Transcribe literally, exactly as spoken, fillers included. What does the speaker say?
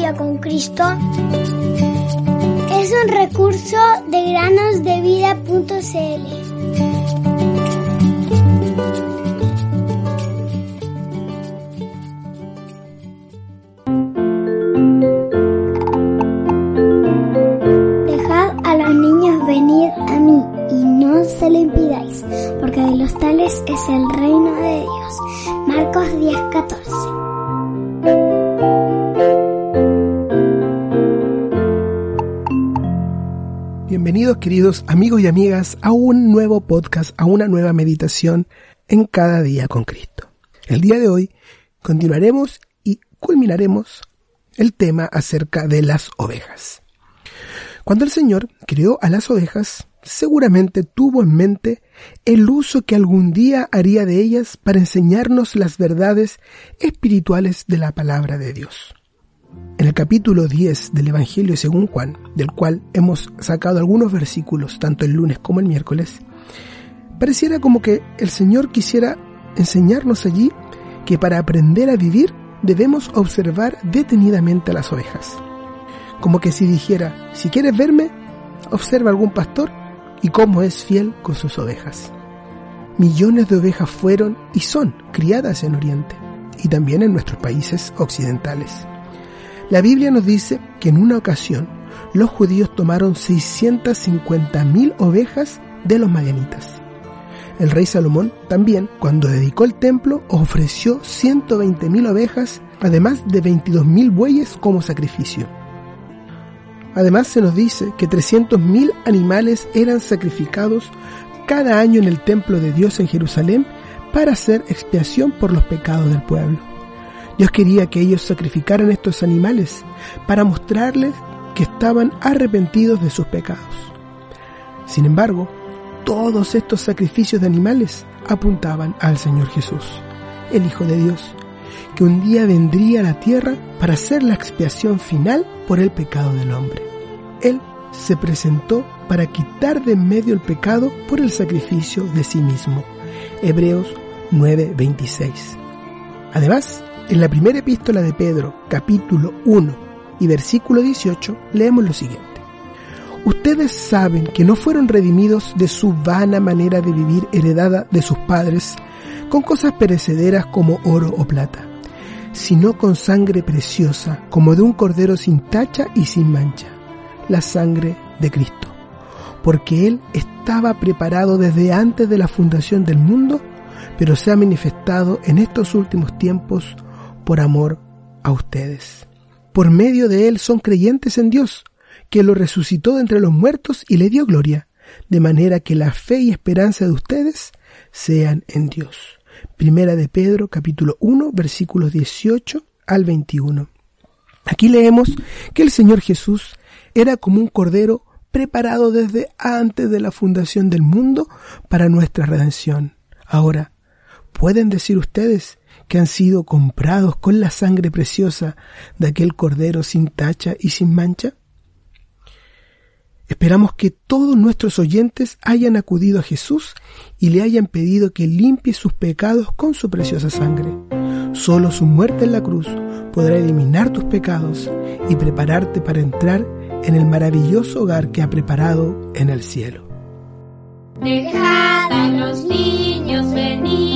día con Cristo es un recurso de granos de vida punto c l. Dejad a los niños venir a mí y no se lo impidáis, porque de los tales es el reino de Dios. Marcos diez catorce. Bienvenidos, queridos amigos y amigas, a un nuevo podcast, a una nueva meditación en Cada Día con Cristo. El día de hoy continuaremos y culminaremos el tema acerca de las ovejas. Cuando el Señor creó a las ovejas, seguramente tuvo en mente el uso que algún día haría de ellas para enseñarnos las verdades espirituales de la palabra de Dios. En el capítulo diez del Evangelio según Juan, del cual hemos sacado algunos versículos tanto el lunes como el miércoles, pareciera como que el Señor quisiera enseñarnos allí que para aprender a vivir debemos observar detenidamente a las ovejas. Como que si dijera, si quieres verme, observa a algún pastor y cómo es fiel con sus ovejas. Millones de ovejas fueron y son criadas en Oriente y también en nuestros países occidentales. La Biblia nos dice que en una ocasión los judíos tomaron seiscientas cincuenta mil ovejas de los madianitas. El rey Salomón también, cuando dedicó el templo, ofreció ciento veinte mil ovejas, además de veintidós mil bueyes como sacrificio. Además se nos dice que trescientos mil animales eran sacrificados cada año en el templo de Dios en Jerusalén para hacer expiación por los pecados del pueblo. Dios quería que ellos sacrificaran estos animales para mostrarles que estaban arrepentidos de sus pecados. Sin embargo, todos estos sacrificios de animales apuntaban al Señor Jesús, el Hijo de Dios, que un día vendría a la tierra para hacer la expiación final por el pecado del hombre. Él se presentó para quitar de en medio el pecado por el sacrificio de sí mismo. Hebreos nueve veintiséis. Además, en la primera epístola de Pedro, capítulo uno y versículo dieciocho, leemos lo siguiente. Ustedes saben que no fueron redimidos de su vana manera de vivir heredada de sus padres con cosas perecederas como oro o plata, sino con sangre preciosa como de un cordero sin tacha y sin mancha, la sangre de Cristo, porque Él estaba preparado desde antes de la fundación del mundo, pero se ha manifestado en estos últimos tiempos por amor a ustedes. Por medio de Él son creyentes en Dios, que lo resucitó de entre los muertos y le dio gloria, de manera que la fe y esperanza de ustedes sean en Dios. Primera de Pedro, capítulo uno, versículos dieciocho al veintiuno. Aquí leemos que el Señor Jesús era como un cordero preparado desde antes de la fundación del mundo para nuestra redención. Ahora, ¿pueden decir ustedes que han sido comprados con la sangre preciosa de aquel cordero sin tacha y sin mancha? Esperamos que todos nuestros oyentes hayan acudido a Jesús y le hayan pedido que limpie sus pecados con su preciosa sangre. Solo su muerte en la cruz podrá eliminar tus pecados y prepararte para entrar en el maravilloso hogar que ha preparado en el cielo. Dejad a los niños venir.